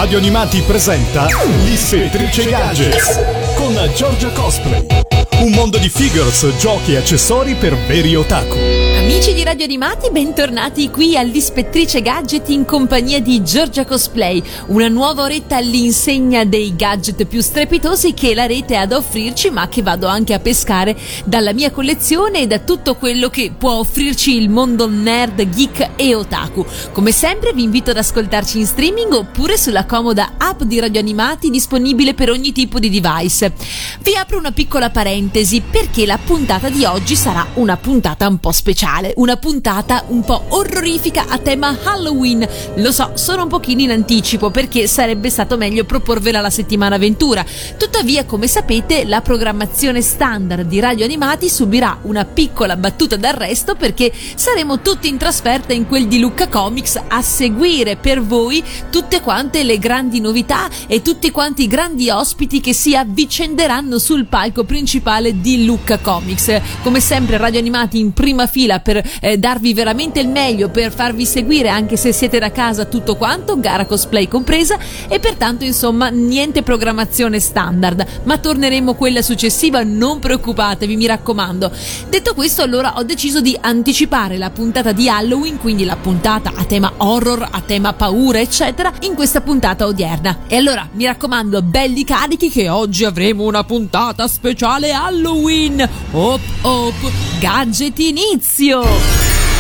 Radio Animati presenta l'Ispettrice Gadgets con Giorgia Cosplay. Un mondo di figures, giochi e accessori per veri otaku. Amici di Radio Animati, bentornati qui all'Ispettrice Gadget in compagnia di Giorgia Cosplay. Una nuova oretta all'insegna dei gadget più strepitosi che la rete ha ad offrirci, ma che vado anche a pescare dalla mia collezione e da tutto quello che può offrirci il mondo nerd, geek e otaku. Come sempre vi invito ad ascoltarci in streaming oppure sulla comoda app di Radio Animati disponibile per ogni tipo di device. Vi apro una piccola parentesi perché la puntata di oggi sarà una puntata un po' speciale, una puntata un po' orrorifica a tema Halloween. Lo so, sono un pochino in anticipo perché sarebbe stato meglio proporvela la settimana ventura. Tuttavia, come sapete, la programmazione standard di Radio Animati subirà una piccola battuta d'arresto perché saremo tutti in trasferta in quel di Lucca Comics a seguire per voi tutte quante le grandi novità e tutti quanti i grandi ospiti che si avvicenderanno sul palco principale di Lucca Comics. Come sempre Radio Animati in prima fila per darvi veramente il meglio, per farvi seguire anche se siete da casa tutto quanto, gara cosplay compresa, e pertanto insomma niente programmazione standard, ma torneremo quella successiva, non preoccupatevi, mi raccomando. Detto questo, allora ho deciso di anticipare la puntata di Halloween, quindi la puntata a tema horror, a tema paura eccetera, in questa puntata odierna. E allora mi raccomando, belli carichi che oggi avremo una puntata speciale Halloween. Hop hop, gadget inizio!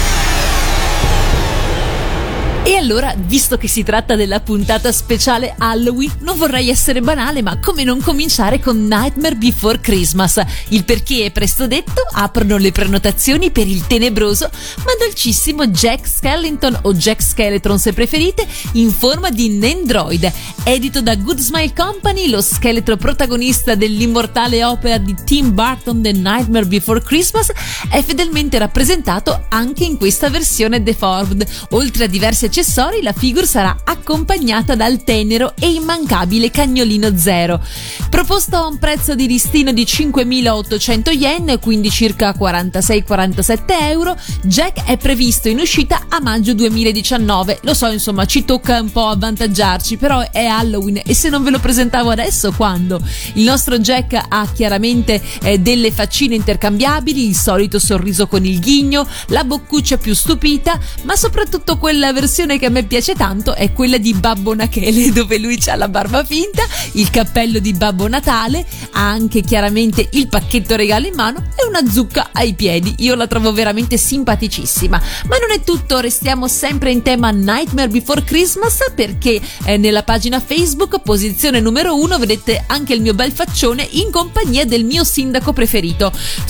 E allora, visto che si tratta della puntata speciale Halloween, non vorrei essere banale, ma come non cominciare con Nightmare Before Christmas? Il perché è presto detto, aprono le prenotazioni per il tenebroso ma dolcissimo Jack Skellington, o Jack Skeleton se preferite, in forma di Nendroid. Edito da Good Smile Company, lo scheletro protagonista dell'immortale opera di Tim Burton The Nightmare Before Christmas è fedelmente rappresentato anche in questa versione deformed. Oltre a diversi accessori, la figure sarà accompagnata dal tenero e immancabile cagnolino Zero. Proposto a un prezzo di listino di 5.800 yen, quindi circa 46-47 euro, Jack è previsto in uscita a maggio 2019. Lo so, insomma, ci tocca un po' avvantaggiarci, però è Halloween e se non ve lo presentavo adesso, quando? Il nostro Jack ha chiaramente delle faccine intercambiabili, il solito sorriso con il ghigno, la boccuccia più stupita, ma soprattutto quella versione che a me piace tanto è quella di Babbo Nachele, dove lui c'ha la barba finta, il cappello di Babbo Natale, ha anche chiaramente il pacchetto regalo in mano e una zucca ai piedi. Io la trovo veramente simpaticissima. Ma non è tutto, restiamo sempre in tema Nightmare Before Christmas perché nella pagina Facebook, posizione numero 1, vedete anche il mio bel faccione in compagnia del mio sindaco preferito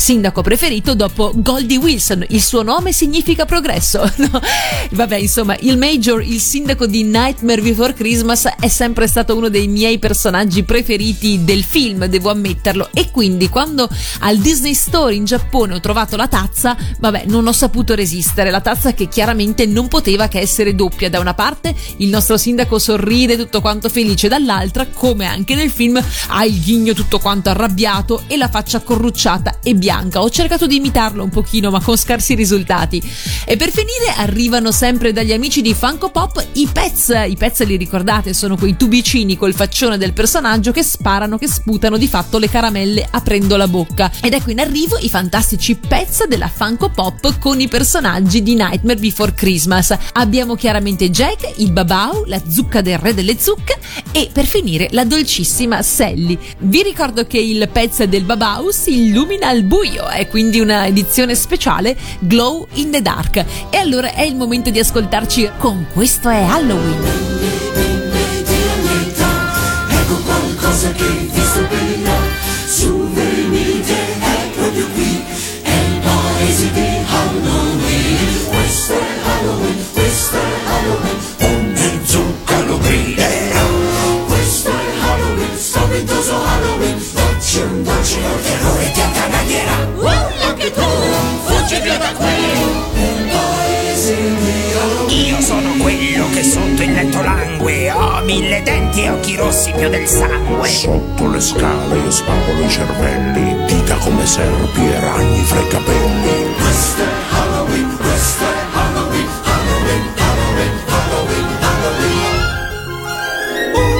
dopo Goldie Wilson. Il suo nome significa progresso. No? Vabbè, insomma, il Major, il sindaco di Nightmare Before Christmas, è sempre stato uno dei miei personaggi preferiti del film, devo ammetterlo, e quindi quando al Disney Store in Giappone ho trovato la tazza, vabbè, non ho saputo resistere. La tazza che chiaramente non poteva che essere doppia: da una parte il nostro sindaco sorride tutto quanto felice, dall'altra, come anche nel film, ha il ghigno tutto quanto arrabbiato e la faccia corrucciata e bianca. Ho cercato di imitarlo un pochino, ma con scarsi risultati. E per finire arrivano sempre dagli amici di Funko Pop i Pets, li ricordate? Sono quei tubicini col faccione del personaggio che sparano, che sputano di fatto le caramelle aprendo la bocca. Ed ecco in arrivo i fantastici Pets della Funko Pop con i personaggi di Nightmare Before Christmas. Abbiamo chiaramente Jack, il Babau, la zucca del re delle zucche e per finire la dolcissima Sally. Vi ricordo che il Pets del Babau si illumina al buio, è quindi una edizione speciale Glow in the Dark. E allora è il momento di ascoltarci con Questo è Halloween. Ecco qualcosa che hai visto prima, su venite, eccoli qui, è il paese di Halloween. Questo è Halloween, questo è Halloween, ogni zucca lo griderà. Questo è Halloween, spaventoso Halloween, dacci un dolce al terrore ti accanagnerà. Anche tu, fuggi via da qui. Io sono quello che sotto il letto langue, ho 1000 denti e occhi rossi più del sangue. Sotto le scale io spapolo i cervelli, dita come serpi e ragni fra i capelli. Questo è Halloween, questo è Halloween, Halloween, Halloween, Halloween, Halloween.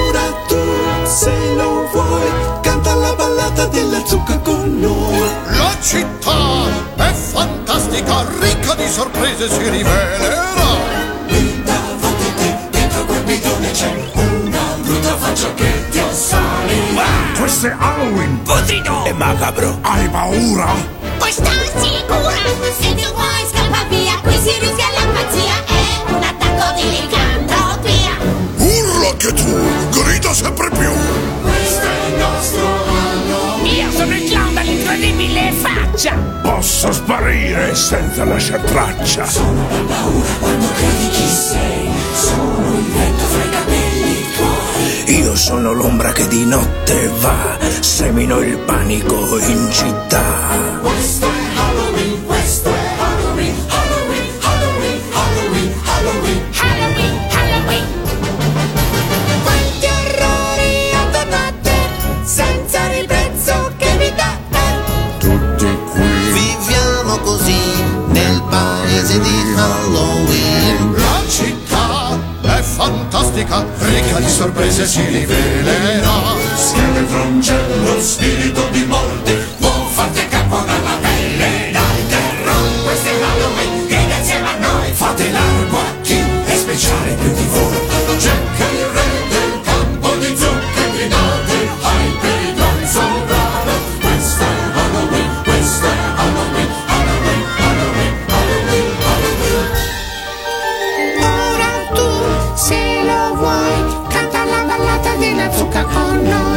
vallata della zucca con noi. La città è fantastica, ricca di sorprese si rivelerà. Dentro quel bidone c'è una brutta faccia che ti assalirà. Questo è Halloween! Putrido! È macabro! Hai paura? Puoi star sicura, se tu vuoi scappa via, qui si rischia la pazzia, è un attacco di licantropia. Urla che tu! Grida sempre più! Questo è il nostro Halloween. Io sono il clown dall'incredibile faccia! Posso sparire senza lasciar traccia! Sono la paura quando credi chi sei. Sono il vento fra i capelli tuoi. Io sono l'ombra che di notte va, semino il panico in città. Questo è Halloween, questo è Halloween, Halloween, Halloween, Halloween, Halloween. Halloween, Halloween. Quanti orrori attorno a te, senza ribrezzo che vi dà. Tutti qui! Viviamo così nel paese di Halloween. La città è fantastica, ricca di sorprese si rivelerà. Scheletron c'è lo spirito di morte, può farti capo dalla pelle dal terrore. Questo è Halloween, grida insieme a noi. Fate largo a chi è speciale più di voi. Jack è il re del campo di zucche, gridate ai per il don sovrano. Questo è Halloween, questo è Halloween, Halloween, Halloween, Halloween, Halloween. Ora tu, se lo vuoi, canta la ballata della zucca con noi.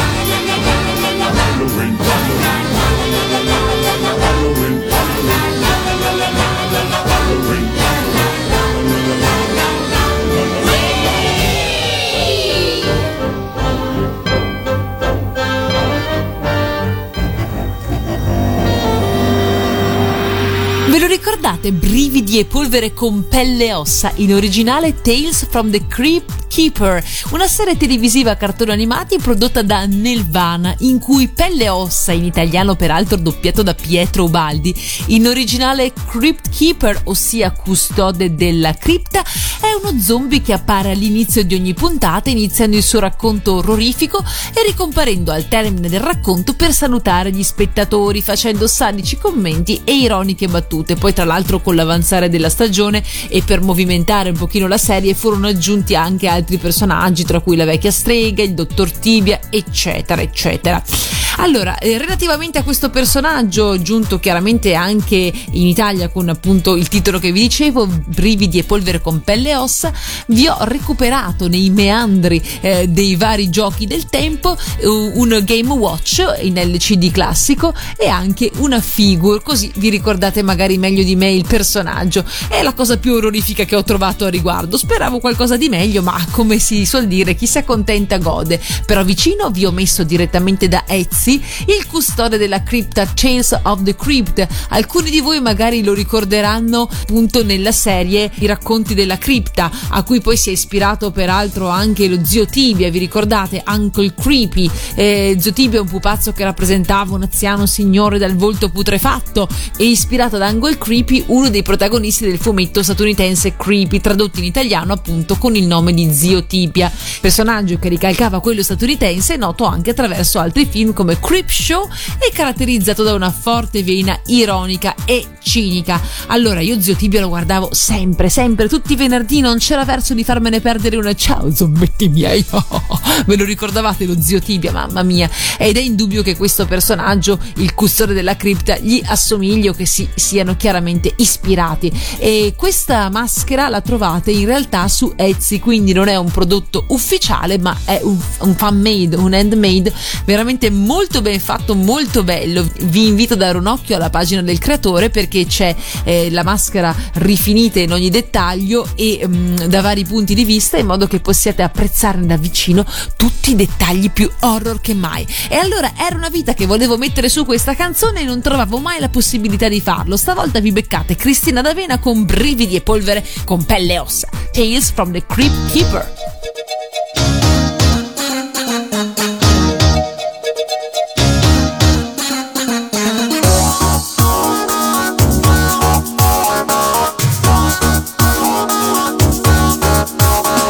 Ve lo ricordate? Brividi e polvere con pelle e ossa, in originale Tales from the Crypt Keeper, una serie televisiva a cartoni animati prodotta da Nelvana, in cui Pelle e ossa, in italiano peraltro doppiato da Pietro Ubaldi, in originale Crypt Keeper, ossia custode della cripta, è uno zombie che appare all'inizio di ogni puntata, iniziando il suo racconto orrorifico e ricomparendo al termine del racconto per salutare gli spettatori, facendo sadici commenti e ironiche battute. Poi tra l'altro con l'avanzare della stagione e per movimentare un pochino la serie furono aggiunti anche altri personaggi, tra cui la vecchia strega, il dottor Tibia, eccetera eccetera. Allora, relativamente a questo personaggio, giunto chiaramente anche in Italia con appunto il titolo che vi dicevo, Brividi e polvere con pelle e ossa, vi ho recuperato nei meandri dei vari giochi del tempo un Game Watch in LCD classico e anche una figure, così vi ricordate magari meglio di me il personaggio. È la cosa più orrorifica che ho trovato a riguardo. Speravo qualcosa di meglio, ma come si suol dire, chi si accontenta gode. Però vicino vi ho messo direttamente da Etsy il custode della cripta Tales of the Crypt. Alcuni di voi magari lo ricorderanno appunto nella serie I racconti della cripta, a cui poi si è ispirato peraltro anche lo zio Tibia, vi ricordate? Uncle Creepy. Zio Tibia è un pupazzo che rappresentava un anziano signore dal volto putrefatto e ispirato ad Uncle Creepy, uno dei protagonisti del fumetto statunitense Creepy, tradotto in italiano appunto con il nome di zio Tibia. Personaggio che ricalcava quello statunitense, noto anche attraverso altri film come Creepshow e caratterizzato da una forte vena ironica e cinica. Allora io zio Tibia lo guardavo sempre, tutti i venerdì, non c'era verso di farmene perdere una. Ciao zombetti miei, ve lo ricordavate lo zio Tibia? Mamma mia. Ed è indubbio che questo personaggio, il custode della cripta, gli assomiglia o che si siano chiaramente ispirati. E questa maschera la trovate in realtà su Etsy, quindi non è un prodotto ufficiale ma è un fan made, un handmade veramente molto ben fatto, molto bello. Vi invito a dare un occhio alla pagina del creatore perché c'è la maschera rifinita in ogni dettaglio e da vari punti di vista, in modo che possiate apprezzarne da vicino tutti i dettagli più horror che mai. E allora era una vita che volevo mettere su questa canzone e non trovavo mai la possibilità di farlo. Stavolta vi beccate Cristina D'Avena con Brividi e polvere con pelle e ossa, Tales from the Crypt Keeper.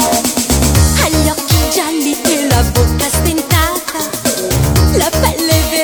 Ha gli occhi gialli e la bocca stentata, la pelle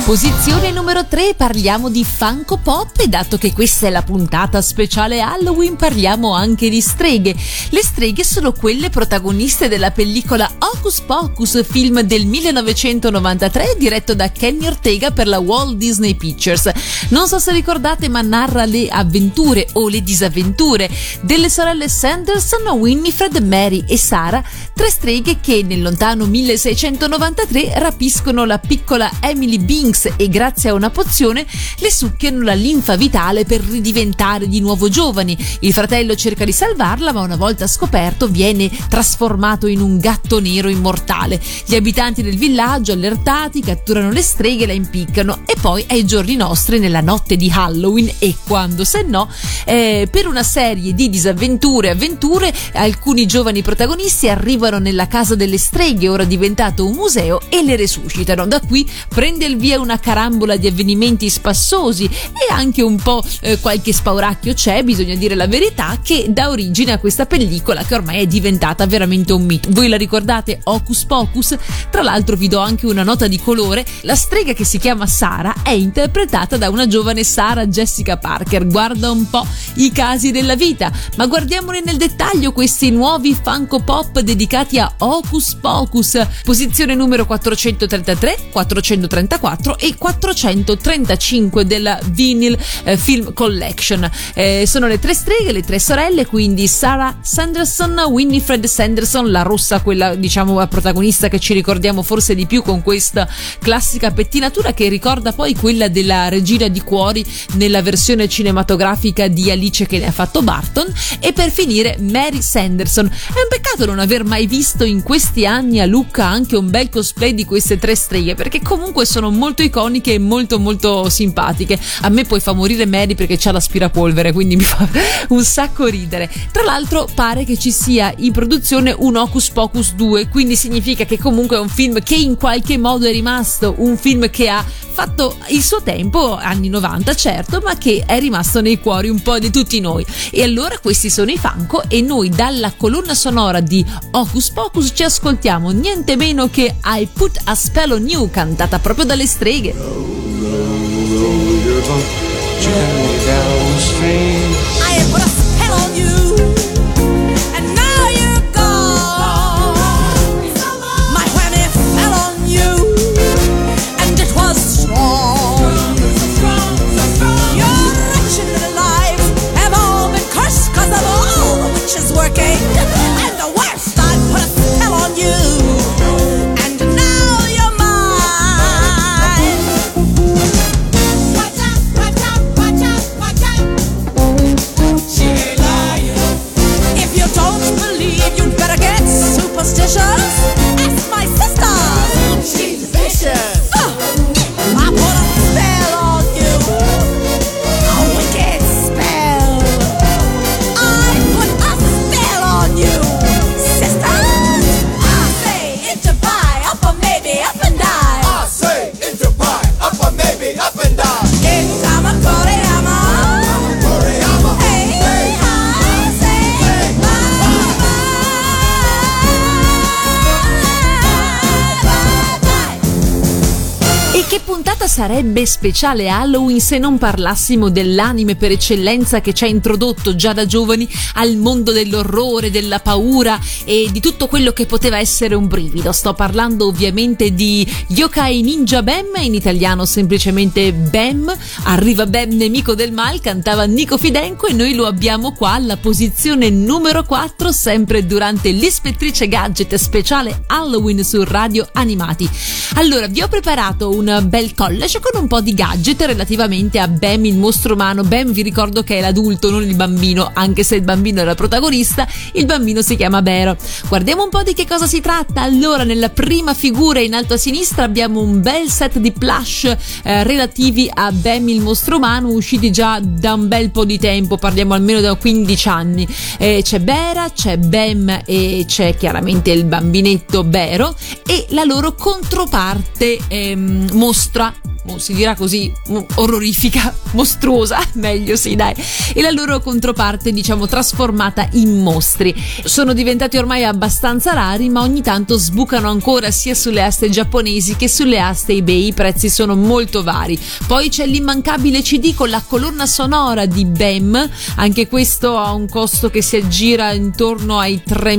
Posizione numero 3, parliamo di Funko Pop e dato che questa è la puntata speciale Halloween parliamo anche di streghe. Le streghe sono quelle protagoniste della pellicola Hocus Pocus, film del 1993 diretto da Kenny Ortega per la Walt Disney Pictures. Non so se ricordate, ma narra le avventure o le disavventure delle sorelle Sanderson, Winifred, Mary e Sarah, tre streghe che nel lontano 1693 rapiscono la piccola Emily Binks e grazie a una pozione le succhiano la linfa vitale per ridiventare di nuovo giovani. Il fratello cerca di salvarla, ma una volta scoperto viene trasformato in un gatto nero immortale. Gli abitanti del villaggio, allertati, catturano le streghe e la impiccano, e poi ai giorni nostri, nella notte di Halloween e quando se no, per una serie di disavventure e avventure, alcuni giovani protagonisti arrivano nella casa delle streghe, ora diventato un museo, e le resuscitano. Da qui prende il via una carambola di avvenimenti spassosi e anche un po' qualche spauracchio c'è, bisogna dire la verità, che dà origine a questa pellicola che ormai è diventata veramente un mito. Voi la ricordate, Hocus Pocus? Tra l'altro vi do anche una nota di colore: la strega che si chiama Sarah è interpretata da una giovane Sarah Jessica Parker. Guarda un po' i casi della vita. Ma guardiamoli nel dettaglio questi nuovi Funko Pop dedicati a Hocus Pocus. Posizione numero 433, 434 e 435 della Vinyl Film Collection. Sono le tre streghe, le tre sorelle, quindi Sarah Sanderson, Winifred Sanderson, la rossa, quella diciamo a protagonista che ci ricordiamo forse di più con questa classica pettinatura che ricorda poi quella della Regina di Cuori nella versione cinematografica di Alice che ne ha fatto Barton, e per finire Mary Sanderson. È un peccato non aver mai visto in questi anni a Lucca anche un bel cosplay di queste tre streghe, perché comunque sono molto iconiche e molto molto simpatiche. A me poi fa morire Mary perché c'ha l'aspirapolvere, quindi mi fa un sacco ridere. Tra l'altro pare che ci sia in produzione un Hocus Pocus 2, quindi significa che comunque è un film che in qualche modo è rimasto un film che ha fatto il suo tempo, anni 90 certo, ma che è rimasto nei cuori un po' di tutti noi. E allora questi sono i Funko e noi dalla colonna sonora di Hocus Pocus ci ascoltiamo niente meno che I Put a Spell on You, cantata proprio dalle streghe. I put a spell on you, and now you're gone. My whammy fell on you, and it was strong. Your wretched little lives have all been cursed 'cause of all the witches working. And the worst, I put a spell on you, and now you're mine. Watch out, watch out, watch out, watch out. She ain't lying. If you don't believe, you'd better get superstitious. Ask my sister. She's vicious. I put a spell on you, a wicked spell. I put a spell on you, sisters. I say into pie, up or maybe up and die. I say into pie, up or maybe up and down. Into Koriyama. Toriyama. Hey, I say bye bye. E che puntata sarebbe speciale Halloween se non parlassimo dell'anime per eccellenza che ci ha introdotto già da giovani al mondo dell'orrore, della paura e di tutto quello che poteva essere un brivido. Sto parlando ovviamente di Yokai Ninja Bam, in italiano semplicemente Bam. Arriva Bam, nemico del mal, cantava Nico Fidenco, e noi lo abbiamo qua alla posizione numero 4, sempre durante l'Ispettrice Gadget speciale Halloween su Radio Animati. Allora, vi ho preparato un bel collage con un po' di gadget relativamente a Bam, il mostro umano. Bam, vi ricordo che è l'adulto, non il bambino, anche se il bambino era protagonista, il bambino si chiama Bero. Guardiamo un po' di che cosa si tratta. Allora, nella prima figura in alto a sinistra abbiamo un bel set di plush relativi a Bam, il mostro umano, usciti già da un bel po' di tempo, parliamo almeno da 15 anni. C'è Bera, c'è Bam e c'è chiaramente il bambinetto Bero e la loro controparte mostra si dirà così, orrorifica, mostruosa, meglio sì dai, e la loro controparte diciamo trasformata in mostri. Sono diventati ormai abbastanza rari, ma ogni tanto sbucano ancora sia sulle aste giapponesi che sulle aste eBay, i prezzi sono molto vari. Poi c'è l'immancabile CD con la colonna sonora di Bam, anche questo ha un costo che si aggira intorno ai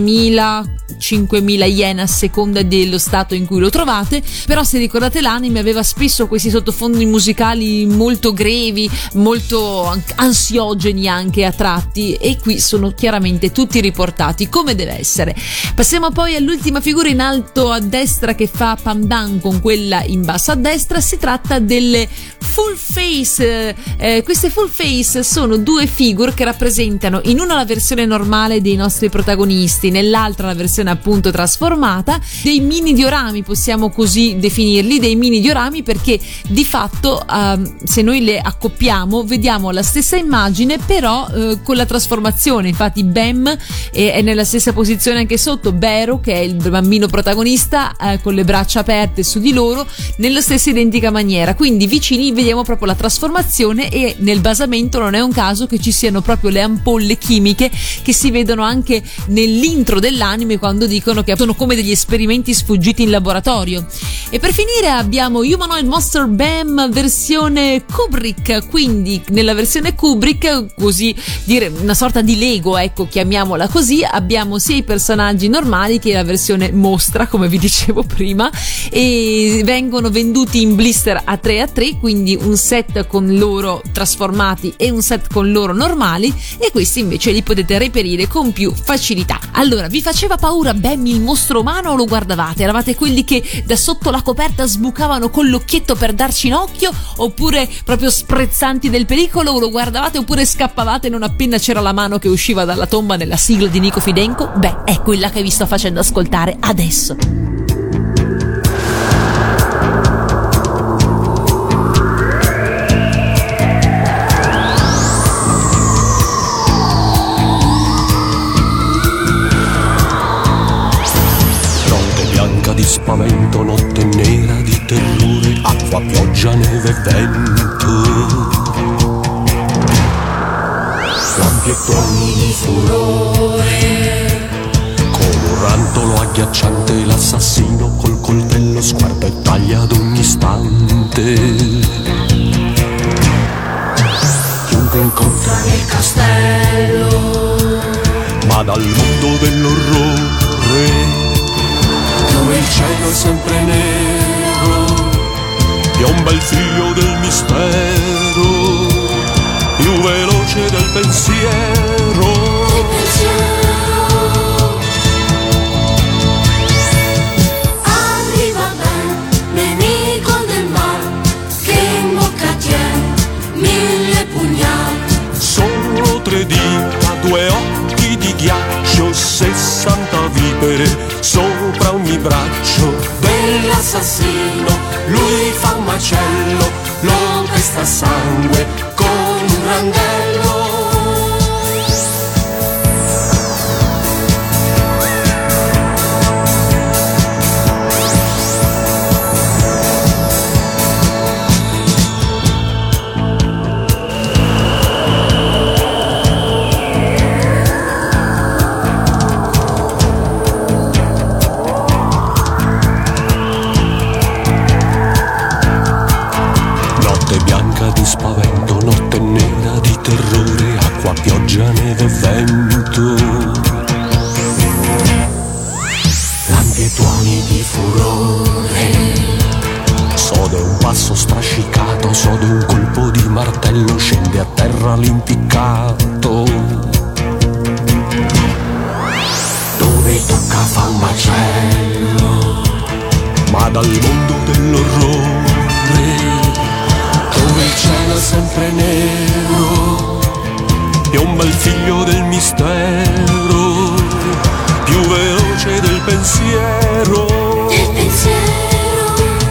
3.000-5.000 yen a seconda dello stato in cui lo trovate, però se ricordate l'anime aveva spesso questi sottofondi musicali molto grevi, molto ansiogeni anche a tratti, e qui sono chiaramente tutti riportati come deve essere. Passiamo poi all'ultima figura in alto a destra che fa pandan con quella in basso a destra. Si tratta delle full face. Queste full face sono due figure che rappresentano in una la versione normale dei nostri protagonisti, nell'altra la versione appunto trasformata, dei mini diorami, possiamo così definirli, dei mini diorami, perché di fatto se noi le accoppiamo vediamo la stessa immagine però con la trasformazione. Infatti Bam è nella stessa posizione anche sotto, Beru che è il bambino protagonista con le braccia aperte su di loro nella stessa identica maniera, quindi vicini vediamo proprio la trasformazione, e nel basamento non è un caso che ci siano proprio le ampolle chimiche che si vedono anche nell'intro dell'anime quando dicono che sono come degli esperimenti sfuggiti in laboratorio. E per finire abbiamo Humanoid Monster Bam versione Kubrick, quindi nella versione Kubrick, così dire una sorta di Lego, ecco, chiamiamola così, abbiamo sia i personaggi normali che la versione mostra, come vi dicevo prima, e vengono venduti in blister a 3, quindi un set con loro trasformati e un set con loro normali, e questi invece li potete reperire con più facilità. Allora, vi faceva paura Bam il mostro umano o lo guardavate? Eravate quelli che da sotto la coperta sbucavano con l'occhietto per darci in occhio, oppure proprio sprezzanti del pericolo, o lo guardavate oppure scappavate non appena c'era la mano che usciva dalla tomba nella sigla di Nico Fidenco? Beh, è quella che vi sto facendo ascoltare adesso. Di spavento, notte nera di terrore, acqua, pioggia, neve e vento. Lampi e tuoni di furore, come un rantolo agghiacciante, l'assassino col coltello sguarda e taglia ad ogni istante. Chiunque incontra nel castello, ma dal mondo dell'orrore, dove il cielo è sempre nero, piomba il figlio del mistero, più veloce del pensiero. Arriva Ben, nemico del mal, che in bocca tiene 1000 pugnali. Solo 3 dita, 2 occhi di ghiaccio, 60 vipere sopra ogni braccio Dell'assassino, lui fa un macello, lo pesta sangue con un randello. Spavento, notte nera di terrore, acqua, pioggia, neve e vento. Lampi e tuoni di furore, sode un passo strascicato, sode un colpo di martello, scende a terra l'impiccato. Dove tocca fa un macello, ma dal mondo dell'orrore, dove il cielo è sempre nero, piomba il figlio del mistero, più veloce del pensiero. Del pensiero.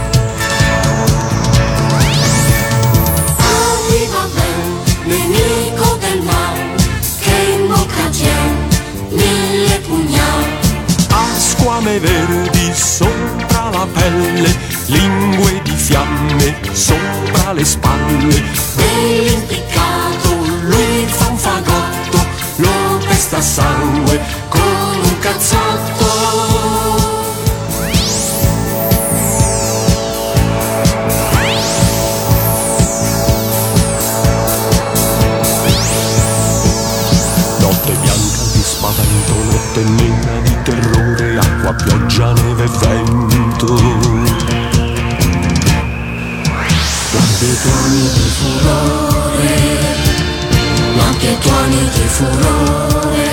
Arriva Ben, nemico del mal, che in bocca tiene 1000 pugnali. Ha squame verdi sopra la pelle, lingue di fiamme sopra le spalle. Dell'impiccato lui fa un fagotto, lo pesta a sangue con un cazzotto. Notte bianca di spavento, notte nera di terrore, acqua, pioggia, neve e vento. Lampi tuoni di furore, lampi tuoni di furore,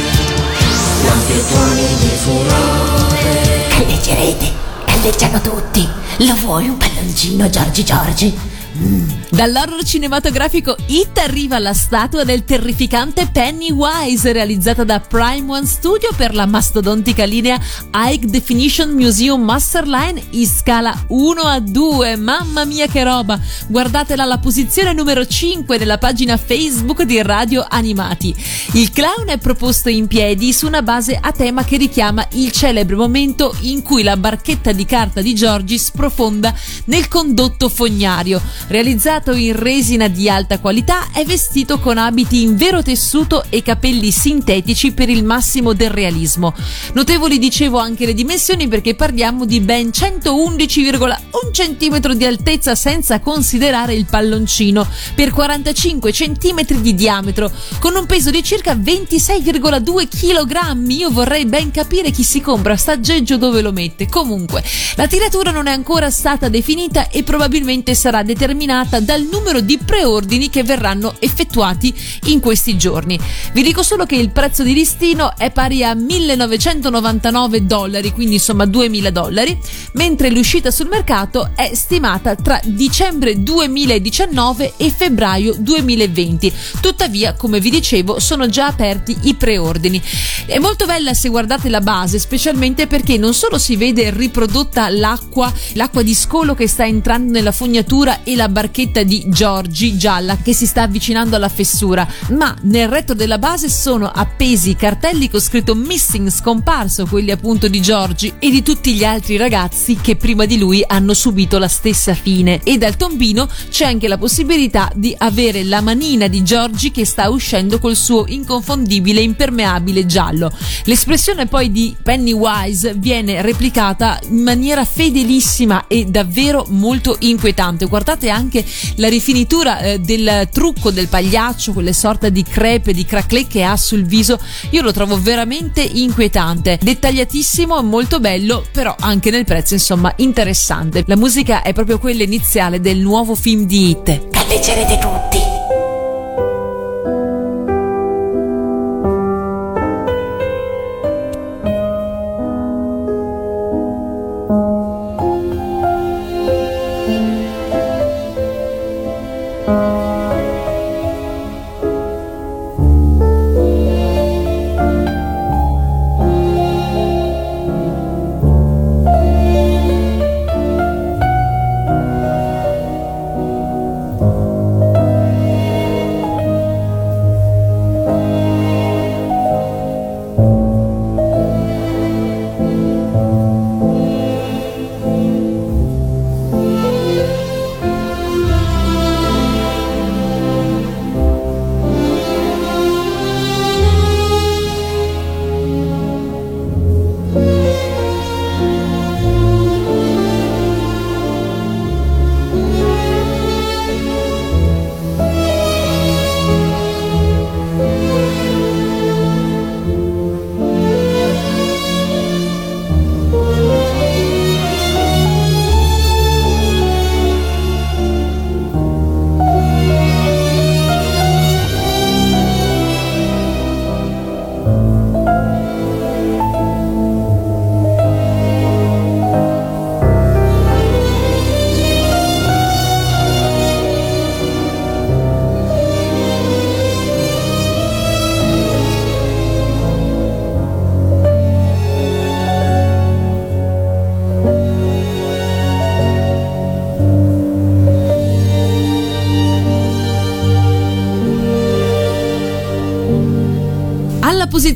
lampi tuoni di furore. Galleggerete, galleggiano tutti. Lo vuoi un palloncino, Giorgi? Dall'horror cinematografico It arriva la statua del terrificante Pennywise, realizzata da Prime One Studio per la mastodontica linea High Definition Museum Masterline in scala 1:2. Mamma mia che roba! Guardatela alla posizione numero 5 della pagina Facebook di Radio Animati. Il clown è proposto in piedi su una base a tema che richiama il celebre momento in cui la barchetta di carta di Giorgi sprofonda nel condotto fognario. Realizzato in resina di alta qualità, è vestito con abiti in vero tessuto e capelli sintetici per il massimo del realismo. Notevoli, dicevo, anche le dimensioni, perché parliamo di ben 111,1 cm di altezza, senza considerare il palloncino, per 45 cm di diametro, con un peso di circa 26,2 kg. Io vorrei ben capire chi si compra sta aggeggio dove lo mette. Comunque, la tiratura non è ancora stata definita e probabilmente sarà determinata dal numero di preordini che verranno effettuati in questi giorni. Vi dico solo che il prezzo di listino è pari a $1.999, quindi insomma $2.000, mentre l'uscita sul mercato è stimata tra dicembre 2019 e febbraio 2020. Tuttavia, come vi dicevo, sono già aperti i preordini. È molto bella se guardate la base, specialmente perché non solo si vede riprodotta l'acqua di scolo che sta entrando nella fognatura e la barchetta di Giorgi gialla che si sta avvicinando alla fessura, ma nel retro della base sono appesi cartelli con scritto missing, scomparso, quelli appunto di Giorgi e di tutti gli altri ragazzi che prima di lui hanno subito la stessa fine. E dal tombino c'è anche la possibilità di avere la manina di Giorgi che sta uscendo col suo inconfondibile impermeabile giallo. L'espressione poi di Pennywise viene replicata in maniera fedelissima e davvero molto inquietante. Guardate anche la rifinitura del trucco del pagliaccio, quelle sorta di crepe, di craquelé che ha sul viso. Io lo trovo veramente inquietante, dettagliatissimo, molto bello, però anche nel prezzo insomma interessante. La musica è proprio quella iniziale del nuovo film di It. Galleggerete tutti.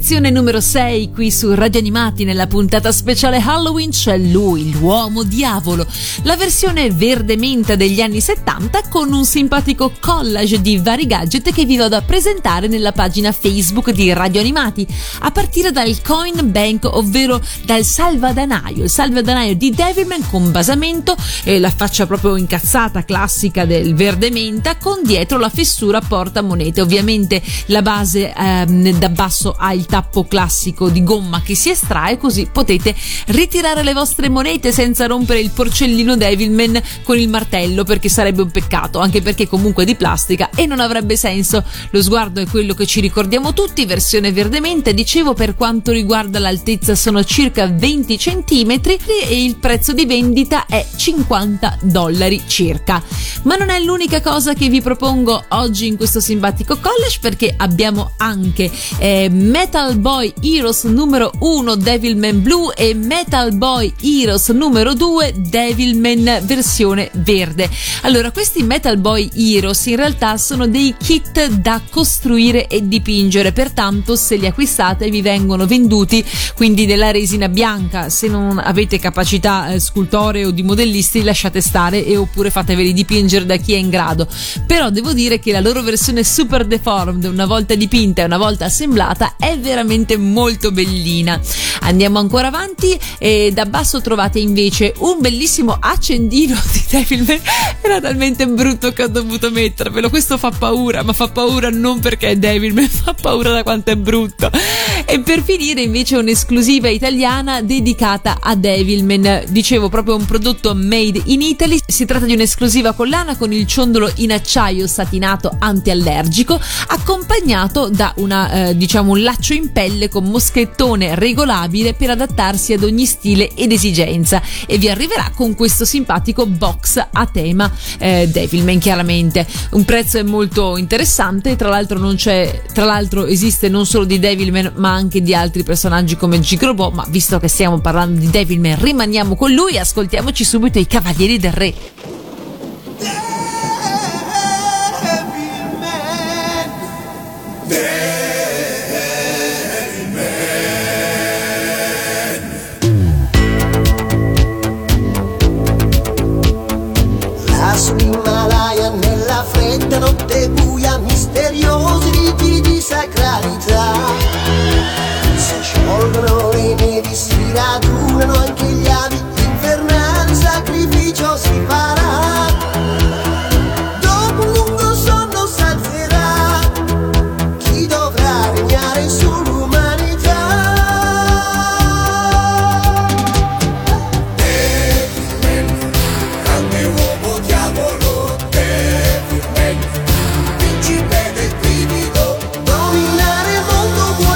posizione numero 6 qui su Radio Animati nella puntata speciale Halloween c'è lui, l'uomo diavolo, la versione verde menta degli anni 70 con un simpatico collage di vari gadget che vi vado a presentare nella pagina Facebook di Radio Animati, a partire dal Coin Bank, ovvero dal salvadanaio, il salvadanaio di Devilman con basamento e la faccia proprio incazzata classica del verde menta, con dietro la fessura porta monete, ovviamente la base da basso ha il tappo classico di gomma che si estrae, così potete ritirare le vostre monete senza rompere il porcellino Devilman con il martello, perché sarebbe un peccato, anche perché comunque è di plastica e non avrebbe senso. Lo sguardo è quello che ci ricordiamo tutti, versione verdemente, dicevo, per quanto riguarda l'altezza sono circa 20 centimetri e il prezzo di vendita è $50 circa. Ma non è l'unica cosa che vi propongo oggi in questo simpatico collage, perché abbiamo anche Metal Boy Heroes numero 1 Devilman Blue e Metal Boy Heroes numero 2 Devilman versione verde. Allora, questi Metal Boy Heroes in realtà sono dei kit da costruire e dipingere, pertanto se li acquistate vi vengono venduti quindi della resina bianca. Se non avete capacità scultoree o di modellisti, lasciate stare e oppure fateveli dipingere da chi è in grado. Però devo dire che la loro versione super deformed, una volta dipinta e una volta assemblata, è veramente molto bellina. Andiamo ancora avanti e da basso trovate invece un bellissimo accendino di Devilman. Era talmente brutto che ho dovuto mettervelo. Questo fa paura, ma fa paura non perché è Devilman, fa paura da quanto è brutto. E per finire invece un'esclusiva italiana dedicata a Devilman, dicevo proprio un prodotto made in Italy. Si tratta di un'esclusiva collana con il ciondolo in acciaio satinato antiallergico, accompagnato da un laccio in pelle con moschettone regolabile per adattarsi ad ogni stile ed esigenza, e vi arriverà con questo simpatico box a tema Devilman. Chiaramente un prezzo è molto interessante, tra l'altro esiste non solo di Devilman ma anche di altri personaggi come Gigrobot, ma visto che stiamo parlando di Devilman rimaniamo con lui, ascoltiamoci subito i Cavalieri del Re. L'Himalaya nella fredda notte buia, misteriosi riti di sacralità. Si sciolgono le nevi, si radunano anche gli avi, infernale sacrificio si farà. Dopo un lungo sonno salverà chi dovrà regnare sull'umanità. Devilman, grande uomo diavolo, Devilman, principe del brivido, dominare il mondo.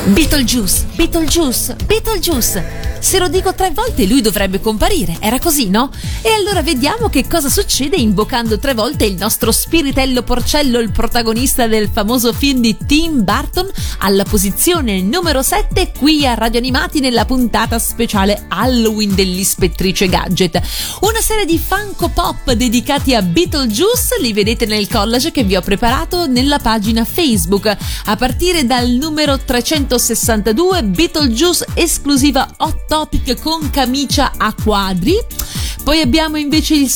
Beetlejuice, Beetlejuice, Beetlejuice. Se lo dico 3 volte lui dovrebbe comparire, era così, no? E allora vediamo che cosa succede invocando 3 volte il nostro spiritello Porcello, il protagonista del famoso film di Tim Burton, alla posizione numero 7 qui a Radio Animati nella puntata speciale Halloween dell'Ispettrice Gadget. Una serie di Funko Pop dedicati a Beetlejuice, li vedete nel collage che vi ho preparato nella pagina Facebook. A partire dal numero 362, Beetlejuice esclusiva Hot Topic con camicia a quadri. Poi abbiamo invece il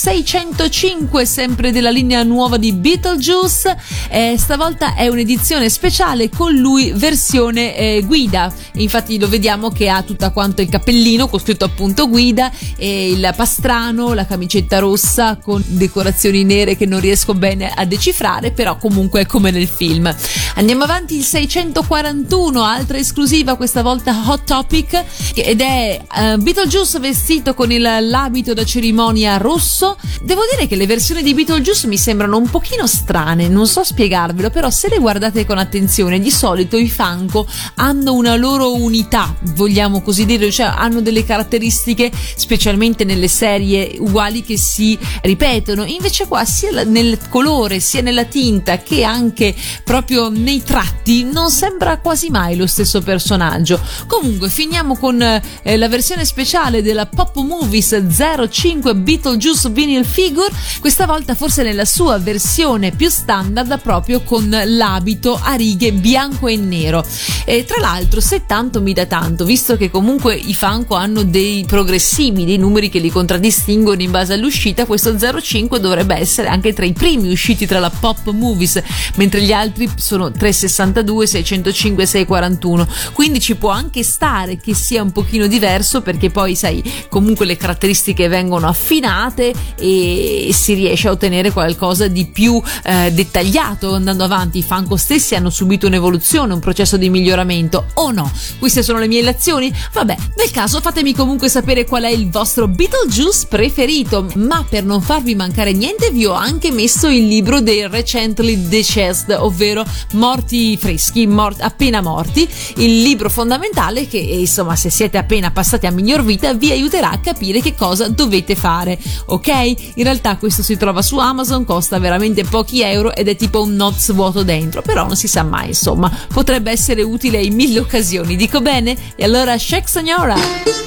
605, sempre della linea nuova di Beetlejuice. Stavolta è un'edizione speciale con lui versione guida. Infatti lo vediamo che ha tutta quanto il cappellino con scritto appunto guida, e il pastrano, la camicetta rossa con decorazioni nere che non riesco bene a decifrare, però comunque è come nel film. Andiamo avanti, il 641, altra esclusiva, questa volta Hot Topic, ed è Beetlejuice vestito con l'abito da cerimonia rosso. Devo dire che le versioni di Beetlejuice mi sembrano un pochino strane, non so spiegarvelo, però se le guardate con attenzione, di solito i Funko hanno una loro unità, vogliamo così dire, cioè hanno delle caratteristiche, specialmente nelle serie uguali, che si ripetono. Invece qua, sia nel colore sia nella tinta che anche proprio nei tratti, non sembra quasi mai lo stesso personaggio. Comunque finiamo con la versione speciale della Pop Movies 05 Beetlejuice Vinyl Figure, questa volta forse nella sua versione più standard, proprio con l'abito a righe bianco e nero. E tra l'altro, se tanto mi dà tanto, visto che comunque i Funko hanno dei progressivi, dei numeri che li contraddistinguono in base all'uscita, questo 05 dovrebbe essere anche tra i primi usciti tra la Pop Movies, mentre gli altri sono 362, 605 e 641, quindi ci può anche stare che sia un pochino diverso, perché poi sai, comunque le caratteristiche vengono affinate e si riesce a ottenere qualcosa di più dettagliato andando avanti. I Funko stessi hanno subito un'evoluzione, un processo di miglioramento, o no? Queste sono le mie lezioni? Vabbè, nel caso fatemi comunque sapere qual è il vostro Beetlejuice preferito, ma per non farvi mancare niente vi ho anche messo il libro dei Recently Deceased, ovvero morti freschi, appena morti, il libro fondamentale che insomma, se siete appena passati a miglior vita, vi aiuterà a capire che cosa dovete fare, ok? In realtà questo si trova su Amazon, costa veramente pochi euro ed è tipo un notes vuoto dentro, però non si sa mai, insomma, potrebbe essere utile in 1000 occasioni, dico bene? E allora, Shake Signora!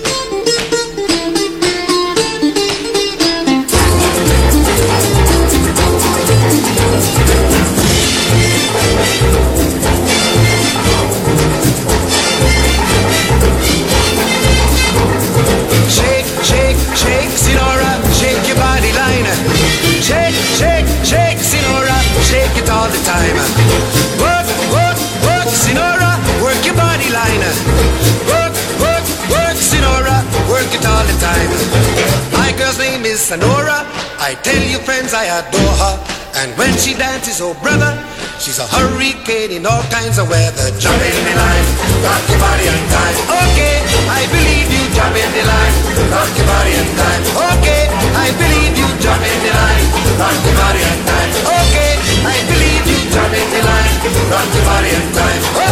Shake, Sinora, shake your body line. Shake, shake, shake, Sinora, shake it all the time. Work, work, work, Sinora, work your body line. Work, work, work, Sinora, work it all the time. My girl's name is Sonora. I tell you friends, I adore her. And when she dances, oh brother, she's a hurricane in all kinds of weather. Jump in the line, rock your body and time. Okay, I believe you, jump in the line, rock your body and time. Okay, I believe you, jump in the line, rock your body and time. Okay, I believe you, jump in the line, rock your body and time. Oh.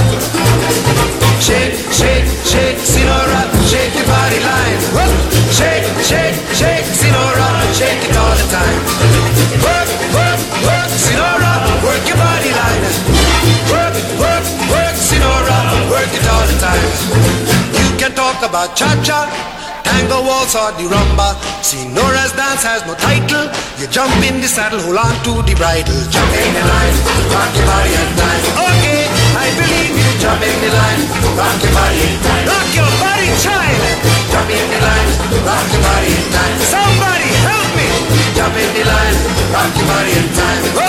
Shake, shake, shake, Sinora, shake your body line. Oh. Shake, shake, shake, Sinora, shake it all the time. Work, work, work, Sinora, work your body line. Work, work, work, Sinora, work it all the time. You can talk about cha-cha, tango, waltz or the rumba. Sinora's dance has no title. You jump in the saddle, hold on to the bridle. Jump in the line, rock your body and time. Okay, I believe you, jump in the line, rock your body and time. Rock your body, child. Jump in the line, rock your body and time. Somebody help me. Jump in the line, rock your body and time. Whoop.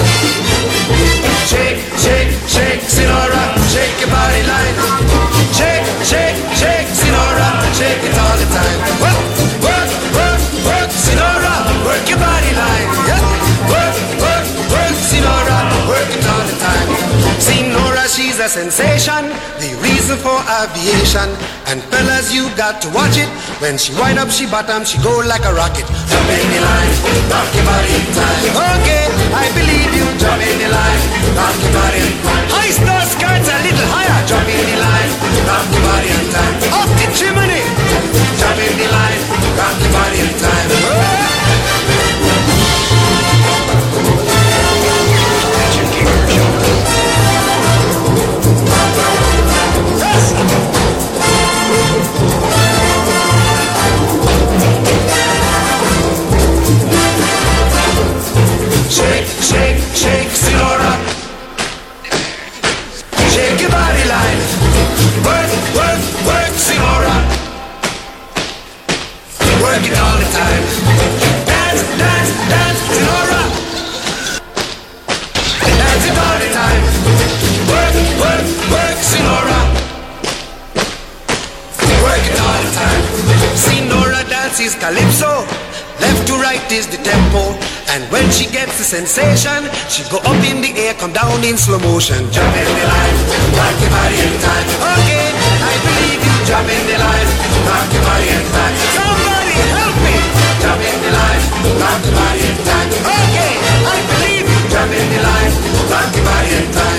Shake, shake, shake, Sinora, shake your body line. Shake, shake, shake, Sinora, shake it all the time. Work, work, work, work, Sinora, work your body line. Yeah. Work, work, work, Sinora, work it all the time. Sinora, she's a sensation, the reason for aviation. And fellas, you got to watch it. When she wind up, she bottom, she go like a rocket. Jump in the line, rock your body in time. Okay, I believe you, jump in the line, rock your body in time. High star skirts a little higher, jump in the line, rock work it all the time. Dance, dance, dance, Sinora. Dance it all the time. Work, work, work, Sinora. Work it all the time. Sinora dances calypso. Left to right is the tempo. And when she gets the sensation, she go up in the air, come down in slow motion. Jump in the line, rock your body in time. Okay, I believe you. Jump in the line, rock your body in time. Somebody help me. Jump in the line, rock your body in time. Okay, I believe you. Jump in the line, rock your body in time.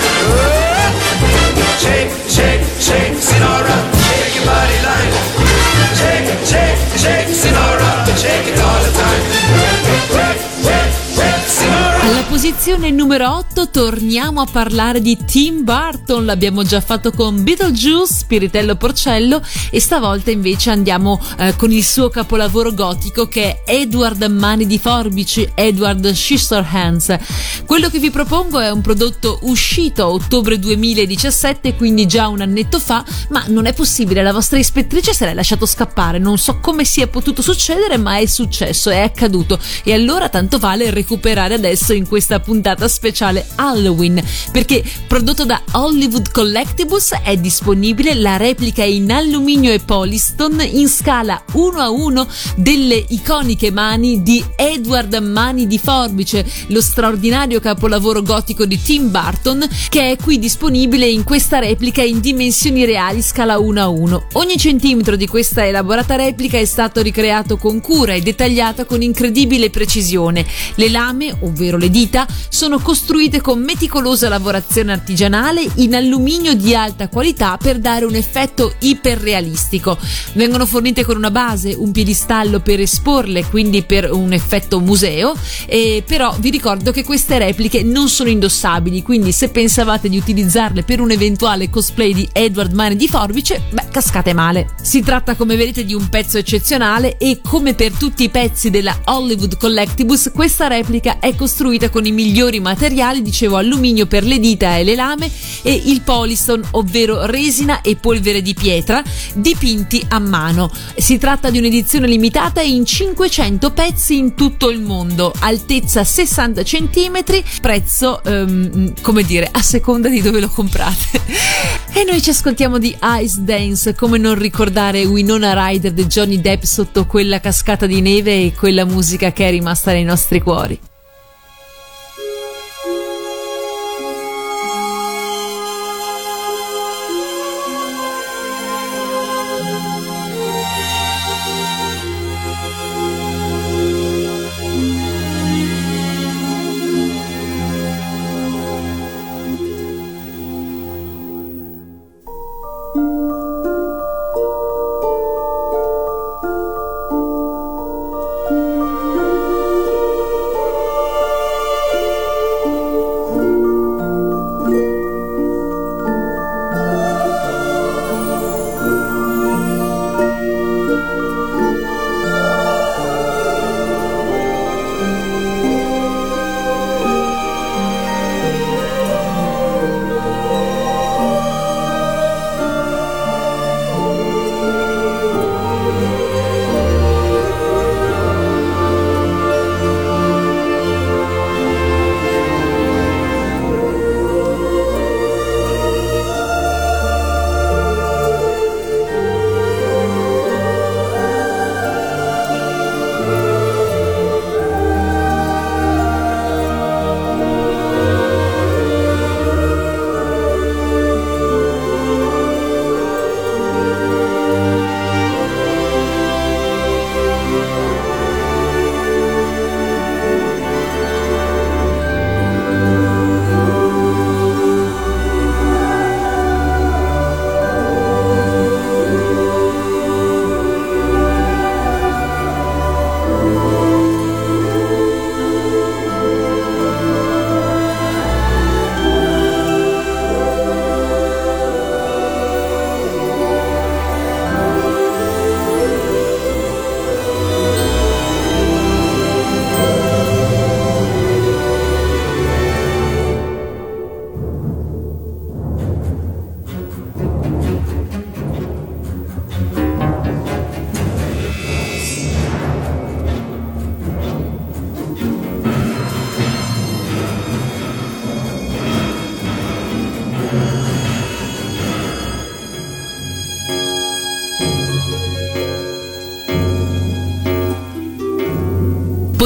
Shake, shake, shake, Sinora, shake your body line. Shake, shake, shake, Sinora, shake it all the time. Work, work, work, Sinora. Alla posizione numero 8 torniamo a parlare di Tim Burton, l'abbiamo già fatto con Beetlejuice, Spiritello Porcello, e stavolta invece andiamo con il suo capolavoro gotico che è Edward Mani di Forbici, Edward Scissorhands. Quello che vi propongo è un prodotto uscito a ottobre 2017, quindi già un annetto fa, ma non è possibile, la vostra ispettrice se l'è lasciato scappare, non so come sia potuto succedere, ma è successo, è accaduto, e allora tanto vale recuperare adesso in questa puntata speciale Halloween, perché prodotto da Hollywood Collectibles è disponibile la replica in alluminio e Polystone in scala 1:1 delle iconiche mani di Edward Mani di Forbice, lo straordinario capolavoro gotico di Tim Burton, che è qui disponibile in questa replica in dimensioni reali scala 1:1. Ogni centimetro di questa elaborata replica è stato ricreato con cura e dettagliato con incredibile precisione. Le lame, ovvero le dita, sono costruite con meticolosa lavorazione artigianale in alluminio di alta qualità per dare un effetto iperrealistico. Vengono fornite con una base, un piedistallo per esporle, quindi per un effetto museo, e però vi ricordo che queste repliche non sono indossabili, quindi se pensavate di utilizzarle per un eventuale cosplay di Edward Mani di Forbice, cascate male. Si tratta, come vedete, di un pezzo eccezionale e, come per tutti i pezzi della Hollywood Collectibles, questa replica è costruita con i migliori materiali, dicevo, alluminio per le dita e le lame e il Polystone, ovvero resina e polvere di pietra, dipinti a mano. Si tratta di un'edizione limitata in 500 pezzi in tutto il mondo, altezza 60 cm, prezzo come dire, a seconda di dove lo comprate. E noi ci ascoltiamo di Ice Dance, come non ricordare Winona Ryder di Johnny Depp sotto quella cascata di neve e quella musica che è rimasta nei nostri cuori.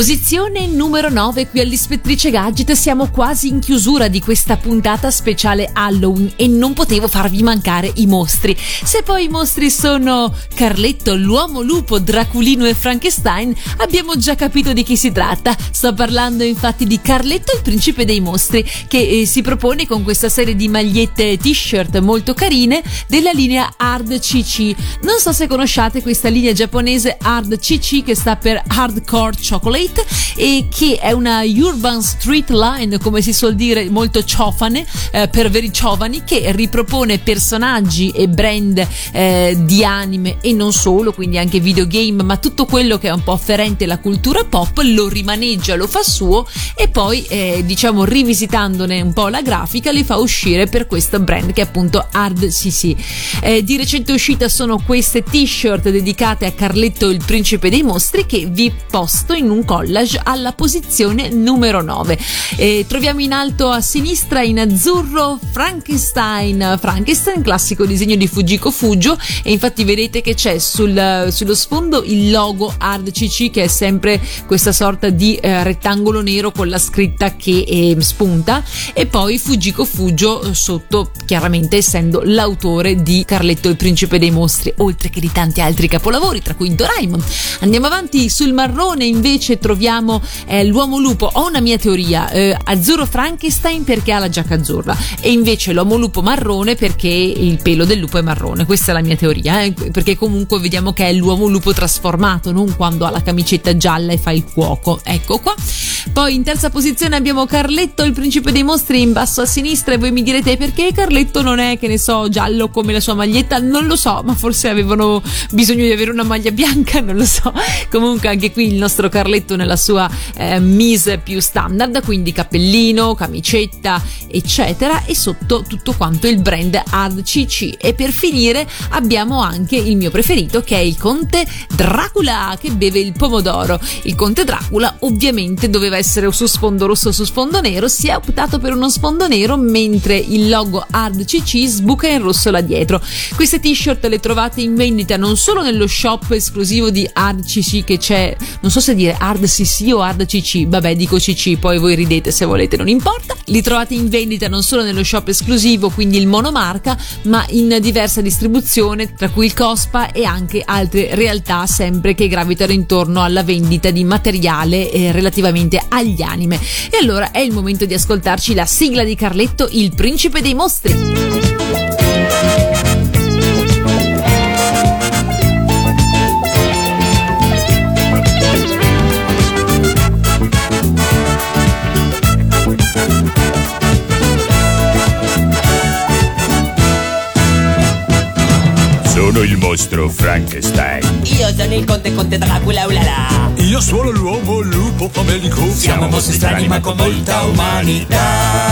Posizione numero 9 qui all'Ispettrice Gadget. Siamo quasi in chiusura di questa puntata speciale Halloween e non potevo farvi mancare i mostri. Se poi i mostri sono Carletto, l'uomo lupo, Draculino e Frankenstein, abbiamo già capito di chi si tratta. Sto parlando infatti di Carletto, il principe dei mostri, che si propone con questa serie di magliette t-shirt molto carine della linea Hard CC. Non so se conosciate questa linea giapponese Hard CC, che sta per Hardcore Chocolate, e che è una urban street line, come si suol dire, molto ciofane, per veri giovani, che ripropone personaggi e brand di anime e non solo, quindi anche videogame, ma tutto quello che è un po' afferente alla cultura pop lo rimaneggia, lo fa suo e poi diciamo rivisitandone un po' la grafica li fa uscire per questo brand che è appunto Hard CC. Di recente uscita sono queste t-shirt dedicate a Carletto, il principe dei mostri, che vi posto in un collage alla posizione numero 9. Troviamo in alto a sinistra in azzurro Frankenstein, classico disegno di Fujiko Fujo, e infatti vedete che c'è sullo sfondo il logo Hard CC, che è sempre questa sorta di rettangolo nero con la scritta che spunta, e poi Fujiko Fujo sotto, chiaramente essendo l'autore di Carletto, il principe dei mostri, oltre che di tanti altri capolavori, tra cui Doraemon. Andiamo avanti, sul marrone invece troviamo l'uomo lupo. Ho una mia teoria: azzurro Frankenstein perché ha la giacca azzurra, e invece l'uomo lupo marrone perché il pelo del lupo è marrone. Questa è la mia teoria, perché comunque vediamo che è l'uomo lupo trasformato, non quando ha la camicetta gialla e fa il cuoco. Ecco qua. Poi in terza posizione abbiamo Carletto, il principe dei mostri, in basso a sinistra, e voi mi direte perché Carletto non è, che ne so, giallo come la sua maglietta. Non lo so, ma forse avevano bisogno di avere una maglia bianca, non lo so. Comunque anche qui il nostro Carletto nella sua mise più standard, quindi cappellino, camicetta eccetera, e sotto tutto quanto il brand Hard CC. E per finire abbiamo anche il mio preferito, che è il conte Dracula, che beve il pomodoro. Il conte Dracula ovviamente doveva essere su sfondo rosso o su sfondo nero, si è optato per uno sfondo nero, mentre il logo Hard CC sbuca in rosso là dietro. Queste t-shirt le trovate in vendita non solo nello shop esclusivo di Hard CC, che c'è, non so se dire Hard CC o Hard CC, vabbè dico CC, poi voi ridete se volete, non importa. Li trovate in vendita non solo nello shop esclusivo, quindi il monomarca, ma in diversa distribuzione, tra cui il Cospa e anche altre realtà sempre che gravitano intorno alla vendita di materiale relativamente agli anime. E allora è il momento di ascoltarci la sigla di Carletto, il principe dei mostri. Sono il mostro Frankenstein. Io sono il conte Dracula, ulala. Io sono l'uomo lupo famelico. Siamo mostri strani ma con molta umanità.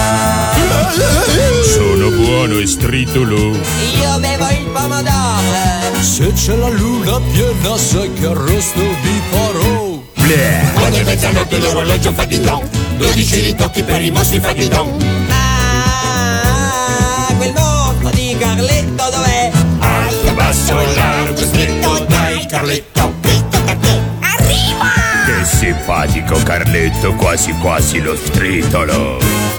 Sono buono e stritolo. Io bevo il pomodoro. Se c'è la luna piena sai che arrosto vi farò. Quando è mezzanotte l'orologio fa di don, 12 ritocchi per i mostri fa di don. Quel mostro di Carletto dov'è? Alto, basso, largo, stretto, dai Carletto, che tocca a te. Arriva! Che simpatico Carletto, quasi quasi lo stritolo.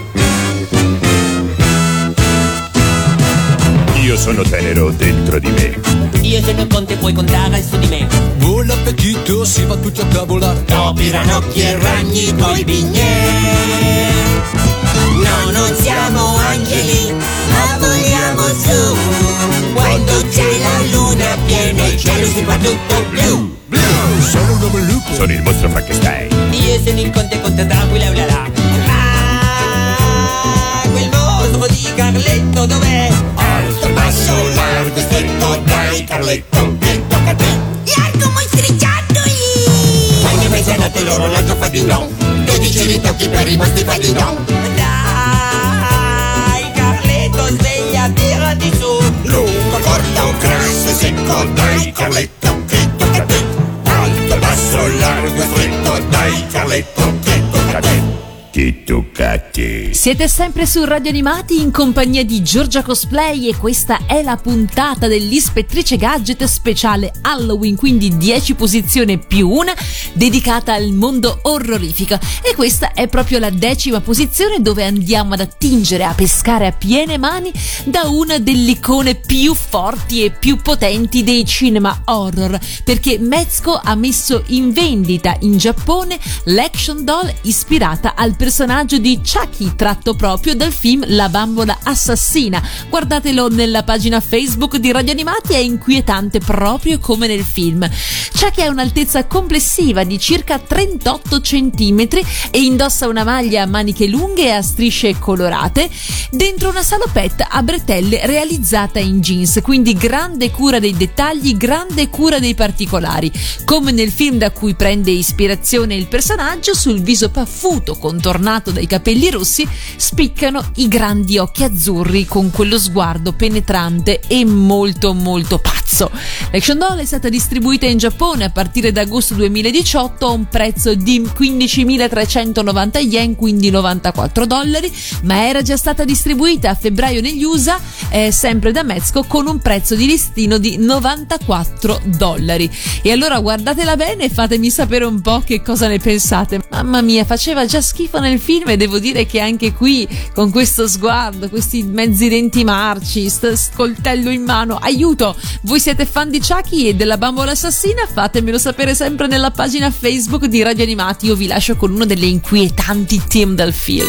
Io sono tenero dentro di me. Io sono il conte, puoi contare su di me. Buon appetito, si va tutti a tavolare. Topi, ranocchi e ragni, poi bignè. No, non siamo angeli, ma voliamo su. Quando c'è la luna piena il cielo si fa tutto blu. Sono un uomo lupo. Sono il mostro Frankenstein. Io sono il conte Dracula, ulala. Quel mostro di Carletto dov'è? Alto, basso, largo, stretto, dai Carletto, che tocca a te. Largo mostriciattoli! Quando è mezzanotte l'orologio fa di don, 12 ritocchi per i mostri fa di don. Dai Carletto, sveglia, tirati su. Lungo, corto, grasso, secco, dai Carletto, che tocca a te. Alto, basso, largo, stretto, dai Carletto, che tocca a te. Che tocca a te. Siete sempre su Radio Animati in compagnia di Giorgia Cosplay e questa è la puntata dell'Ispettrice Gadget speciale Halloween, quindi 10 posizioni più una dedicata al mondo orrorifico, e questa è proprio la 10ª posizione dove andiamo ad attingere, a pescare a piene mani da una delle icone più forti e più potenti dei cinema horror, perché Mezco ha messo in vendita in Giappone l'action doll ispirata al personaggio di Chucky, tratto proprio dal film La bambola assassina. Guardatelo nella pagina Facebook di Radio Animati, è inquietante proprio come nel film. Chucky ha un'altezza complessiva di circa 38 cm e indossa una maglia a maniche lunghe e a strisce colorate dentro una salopette a bretelle realizzata in jeans, quindi grande cura dei dettagli, grande cura dei particolari. Come nel film da cui prende ispirazione il personaggio, sul viso paffuto contornato dai capelli rossi spiccano i grandi occhi azzurri con quello sguardo penetrante e molto molto pazzo. L'action doll è stata distribuita in Giappone a partire da agosto 2018 a un prezzo di 15.390 yen, quindi $94, ma era già stata distribuita a febbraio negli USA, sempre da Mezco, con un prezzo di listino di $94. E allora guardatela bene e fatemi sapere un po' che cosa ne pensate. Mamma mia, faceva già schifo nel film e devo dire che anche qui, con questo sguardo, questi mezzi denti marci, coltello in mano, aiuto! Voi siete fan di Chucky e della bambola assassina? Fatemelo sapere sempre nella pagina Facebook di Radio Animati. Io vi lascio con una delle inquietanti team del film.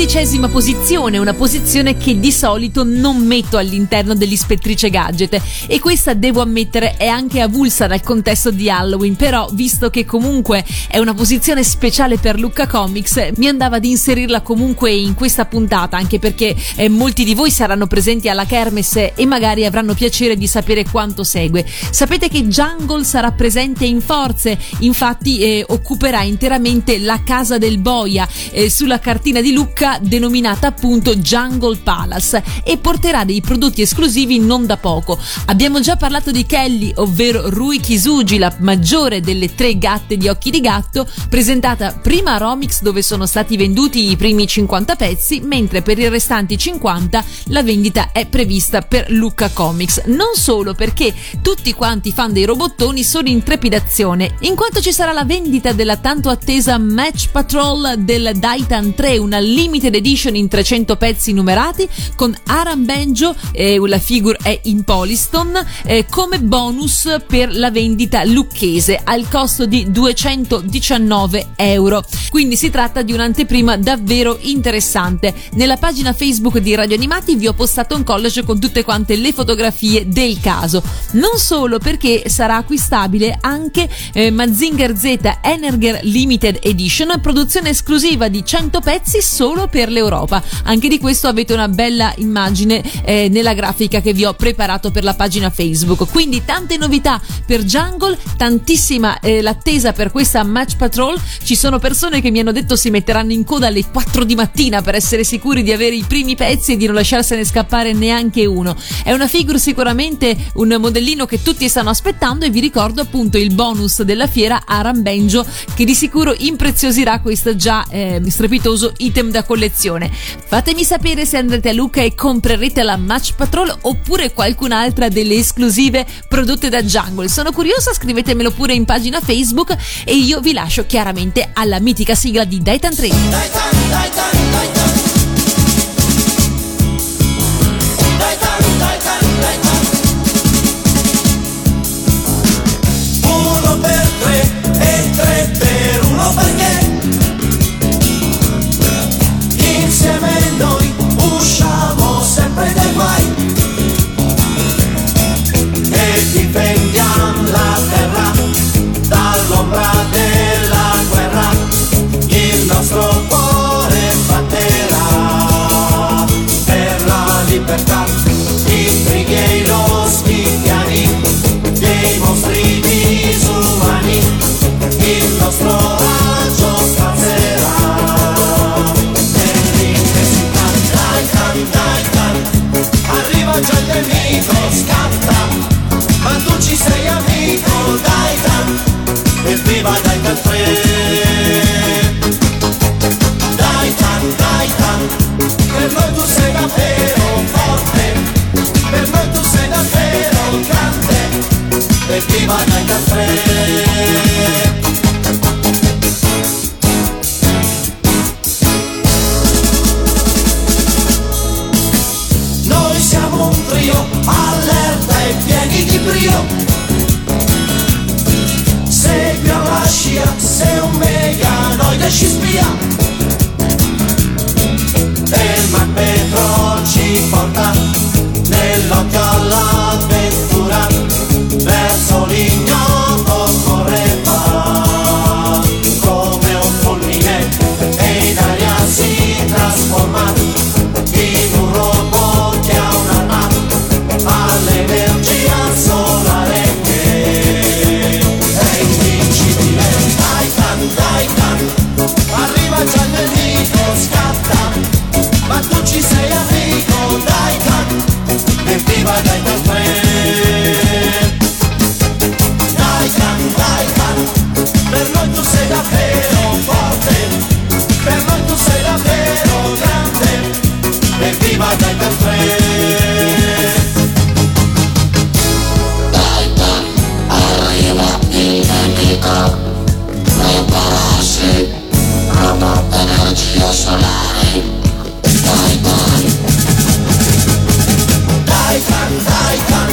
12ª posizione, una posizione che di solito non metto all'interno dell'Ispettrice Gadget, e questa, devo ammettere, è anche avulsa dal contesto di Halloween, però visto che comunque è una posizione speciale per Lucca Comics, mi andava di inserirla comunque in questa puntata, anche perché molti di voi saranno presenti alla Kermesse e magari avranno piacere di sapere quanto segue. Sapete che Jungle sarà presente in forze, infatti occuperà interamente la casa del boia sulla cartina di Lucca, denominata appunto Jungle Palace, e porterà dei prodotti esclusivi non da poco. Abbiamo già parlato di Kelly, ovvero Rui Kisugi, la maggiore delle 3 gatte di occhi di gatto, presentata prima a Romix, dove sono stati venduti i primi 50 pezzi, mentre per i restanti 50 la vendita è prevista per Lucca Comics. Non solo, perché tutti quanti fan dei robottoni sono in trepidazione, in quanto ci sarà la vendita della tanto attesa Match Patrol del Daitan 3, una limited edition in 300 pezzi numerati con Aram Benjo, la figure è in Polystone, come bonus per la vendita lucchese al costo di 219 euro. Quindi si tratta di un'anteprima davvero interessante. Nella pagina Facebook di Radio Animati vi ho postato un collage con tutte quante le fotografie del caso. Non solo, perché sarà acquistabile anche Mazinger Z Energer Limited Edition, produzione esclusiva di 100 pezzi solo per l'Europa. Anche di questo avete una bella immagine nella grafica che vi ho preparato per la pagina Facebook. Quindi tante novità per Jungle, tantissima l'attesa per questa Match Patrol. Ci sono persone che mi hanno detto si metteranno in coda alle 4 di mattina per essere sicuri di avere i primi pezzi e di non lasciarsene scappare neanche uno. È una figure, sicuramente un modellino che tutti stanno aspettando, e vi ricordo appunto il bonus della fiera Aram Benjo, che di sicuro impreziosirà questo già strepitoso item da collezione. Fatemi sapere se andrete a Lucca e comprerete la Match Patrol oppure qualcun'altra delle esclusive prodotte da Jungle. Sono curiosa, scrivetemelo pure in pagina Facebook, e io vi lascio chiaramente alla mitica sigla di Daitan 3. Uno per 3 e 3 per 1, perché insieme noi usciamo sempre dai guai e difendiamo la terra dall'ombra della guerra. Il nostro cuore batterà per la libertà, i brighi e i loschiani, dei mostri disumani. Il nostro raggio spazzerà nell'intensità. Daitan, arriva già il nemico, scatta, ma tu ci sei amico. Daitan, evviva Daitan 3. Daitan, per noi tu sei davvero forte, per noi tu sei davvero grande. Evviva Daitan 3. Noi siamo un trio, allerta e pieni di brio. Seguiamo la scia, sei un meganoide ci spia. E il Magpetro ci porta nell'occhio all'avventura, verso l'ignoto correva come un fulmine, e in aria si trasforma in un robot che ha un'arma all'energia solare che è invincibile. Daitan, arriva già il nemico, scatta, ma tu ci sei amico. Daitan, evviva Daitan 3. Daitan, per noi tu sei davvero forte, per noi tu sei davvero grande. Evviva Daitan 3. Daitan, arriva il nemico, non conosci, robot energia solare. Daitan,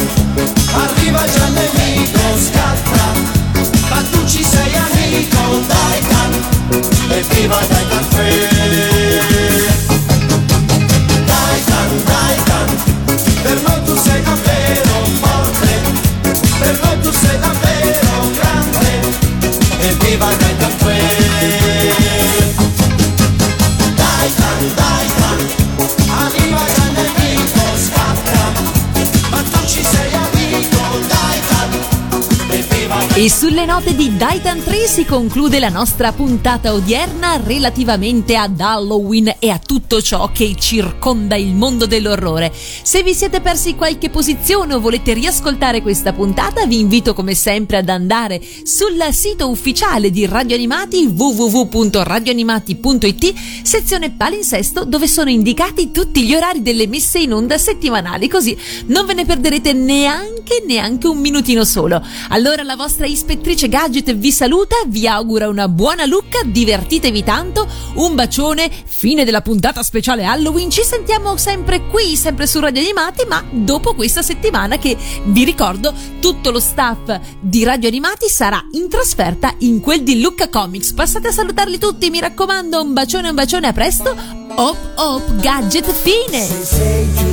E sulle note di Titan 3 si conclude la nostra puntata odierna relativamente ad Halloween e a tutto ciò che circonda il mondo dell'orrore. Se vi siete persi qualche posizione o volete riascoltare questa puntata, vi invito come sempre ad andare sul sito ufficiale di Radio Animati, www.radioanimati.it, sezione palinsesto, dove sono indicati tutti gli orari delle messe in onda settimanali, così non ve ne perderete neanche un minutino solo. Allora la vostra ispettrice Gadget vi saluta, vi augura una buona lucca, divertitevi tanto, un bacione, fine della puntata speciale Halloween. Ci sentiamo sempre qui, sempre su Radio Animati, ma dopo questa settimana, che vi ricordo tutto lo staff di Radio Animati sarà in trasferta in quel di Lucca Comics. Passate a salutarli tutti, mi raccomando, un bacione, a presto. Hop hop, Gadget fine.